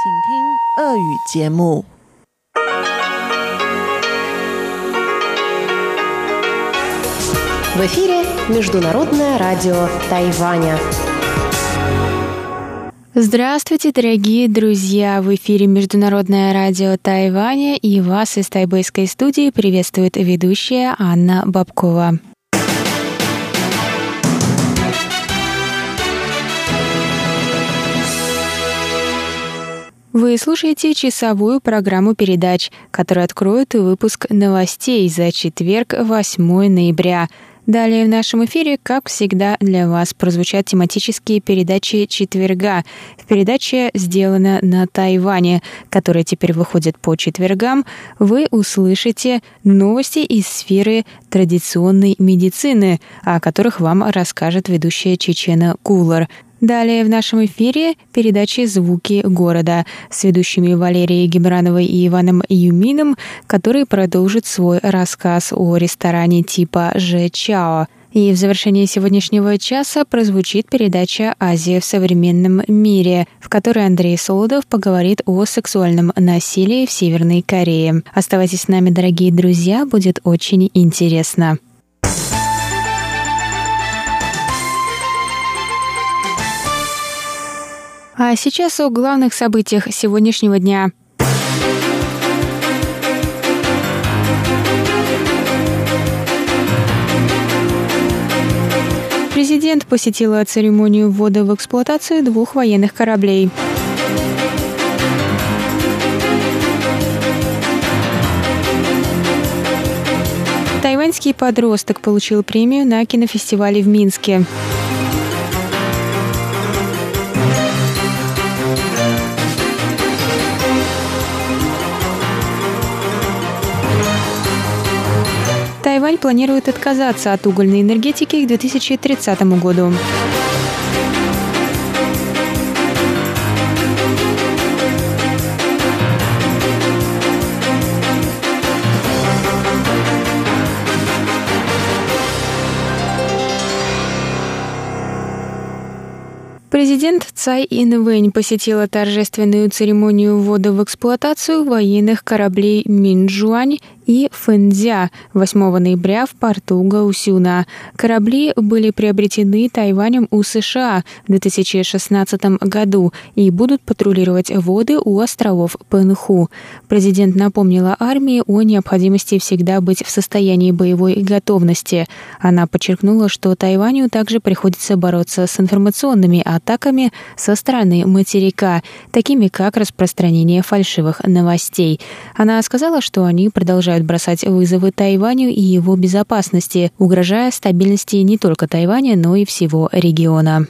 请听俄语节目。 В эфире Международное радио Тайваня. Здравствуйте, дорогие друзья! В эфире Международное радио Тайваня, и вас из тайбэйской студии приветствует ведущая Анна Бабкова. Вы слушаете часовую программу передач, которая откроет выпуск новостей за четверг, 8 ноября. Далее в нашем эфире, как всегда, для вас прозвучат тематические передачи четверга. В передаче «Сделано на Тайване», которая теперь выходит по четвергам, вы услышите новости из сферы традиционной медицины, о которых вам расскажет ведущая Чечена Кулар. Далее в нашем эфире передачи «Звуки города» с ведущими Валерией Гемрановой и Иваном Юмином, которые продолжат свой рассказ о ресторане типа «Же Чао». И в завершении сегодняшнего часа прозвучит передача «Азия в современном мире», в которой Андрей Солодов поговорит о сексуальном насилии в Северной Корее. Оставайтесь с нами, дорогие друзья, будет очень интересно. А сейчас о главных событиях сегодняшнего дня. Президент посетила церемонию ввода в эксплуатацию 2 военных кораблей. Тайваньский подросток получил премию на кинофестивале в Минске. Тайвань планирует отказаться от угольной энергетики к 2030 году. Президент Цай Ин-вэнь посетила торжественную церемонию ввода в эксплуатацию военных кораблей «Минчжуань» и «Фэнцзя» 8 ноября в порту Гаосюна. Корабли были приобретены Тайванем у США в 2016 году и будут патрулировать воды у островов Пэнху. Президент напомнила армии о необходимости всегда быть в состоянии боевой готовности. Она подчеркнула, что Тайваню также приходится бороться с информационными атаками со стороны материка, такими как распространение фальшивых новостей. Она сказала, что они продолжают бросать вызовы Тайваню и его безопасности, угрожая стабильности не только Тайваня, но и всего региона.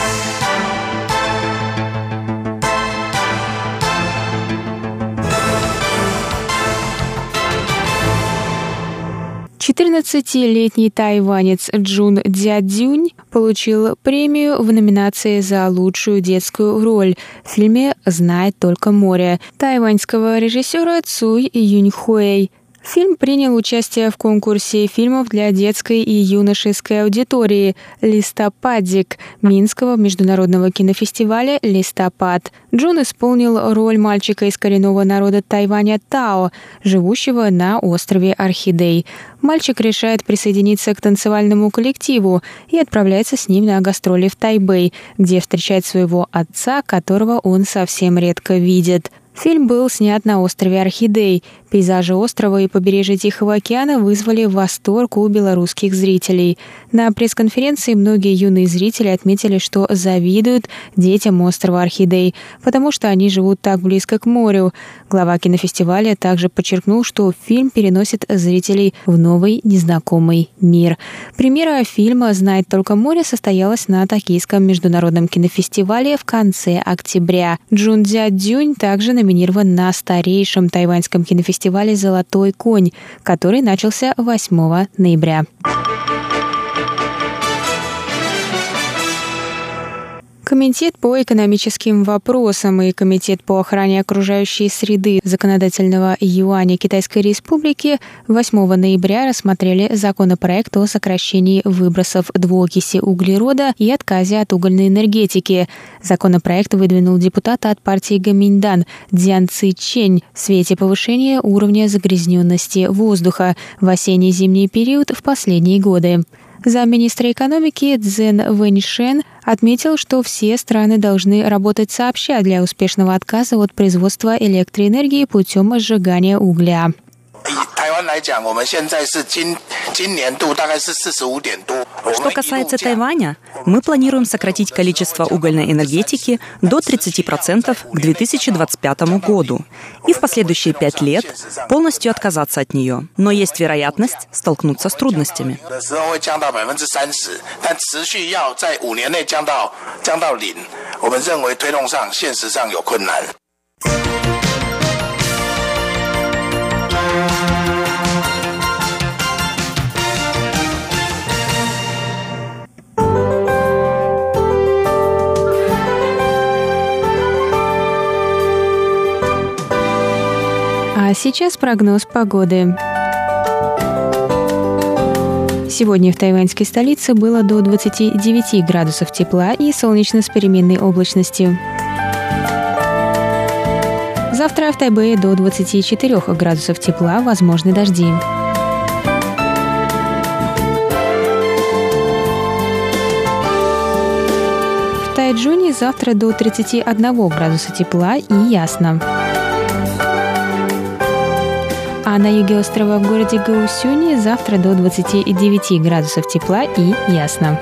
Четырнадцатилетний тайванец Джун Дзядзюнь получил премию в номинации за лучшую детскую роль в фильме «Знает только море» тайваньского режиссера Цуй Юньхуэй. Фильм принял участие в конкурсе фильмов для детской и юношеской аудитории «Листопадик» Минского международного кинофестиваля «Листопад». Джун исполнил роль мальчика из коренного народа Тайваня Тао, живущего на острове Орхидей. Мальчик решает присоединиться к танцевальному коллективу и отправляется с ним на гастроли в Тайбэй, где встречает своего отца, которого он совсем редко видит. Фильм был снят на острове Орхидей. Пейзажи острова и побережья Тихого океана вызвали восторг у белорусских зрителей. На пресс-конференции многие юные зрители отметили, что завидуют детям острова Орхидей, потому что они живут так близко к морю. Глава кинофестиваля также подчеркнул, что фильм переносит зрителей в новый незнакомый мир. Премьера фильма «Знает только море» состоялась на Токийском международном кинофестивале в конце октября. Джун Дзядзюнь также номинирован на старейшем тайваньском кинофестивале «Золотой конь», который начался 8 ноября. Комитет по экономическим вопросам и Комитет по охране окружающей среды Законодательного юаня Китайской Республики 8 ноября рассмотрели законопроект о сокращении выбросов двуокиси углерода и отказе от угольной энергетики. Законопроект выдвинул депутат от партии Гоминьдан Дзян Цичень в свете повышения уровня загрязненности воздуха в осенне-зимний период в последние годы. Замминистра экономики Цзэн Вэньшэн отметил, что все страны должны работать сообща для успешного отказа от производства электроэнергии путем сжигания угля. Что касается Тайваня, мы планируем сократить количество угольной энергетики до 30% к 2025 году и в последующие 5 лет полностью отказаться от нее. Но есть вероятность столкнуться с трудностями. А сейчас прогноз погоды. Сегодня в тайваньской столице было до 29 градусов тепла и солнечно с переменной облачностью. Завтра в Тайбэе до 24 градусов тепла, возможны дожди. В Тайчжуне завтра до 31 градуса тепла и ясно. А на юге острова в городе Гаосюни завтра до 29 градусов тепла и ясно.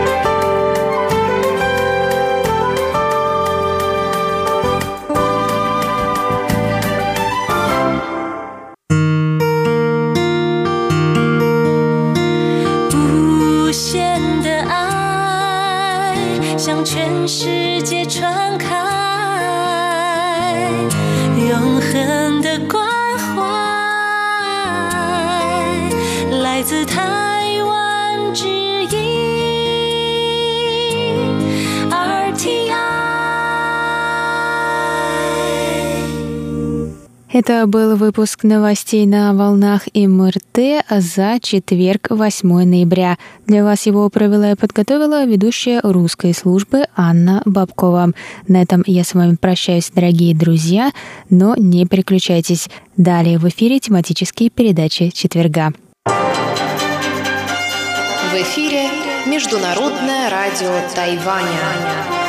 Это был выпуск новостей на волнах МРТ за четверг, 8 ноября. Для вас его провела и подготовила ведущая русской службы Анна Бабкова. На этом я с вами прощаюсь, дорогие друзья, но не переключайтесь. Далее в эфире тематические передачи четверга. В эфире Международное радио Тайваня.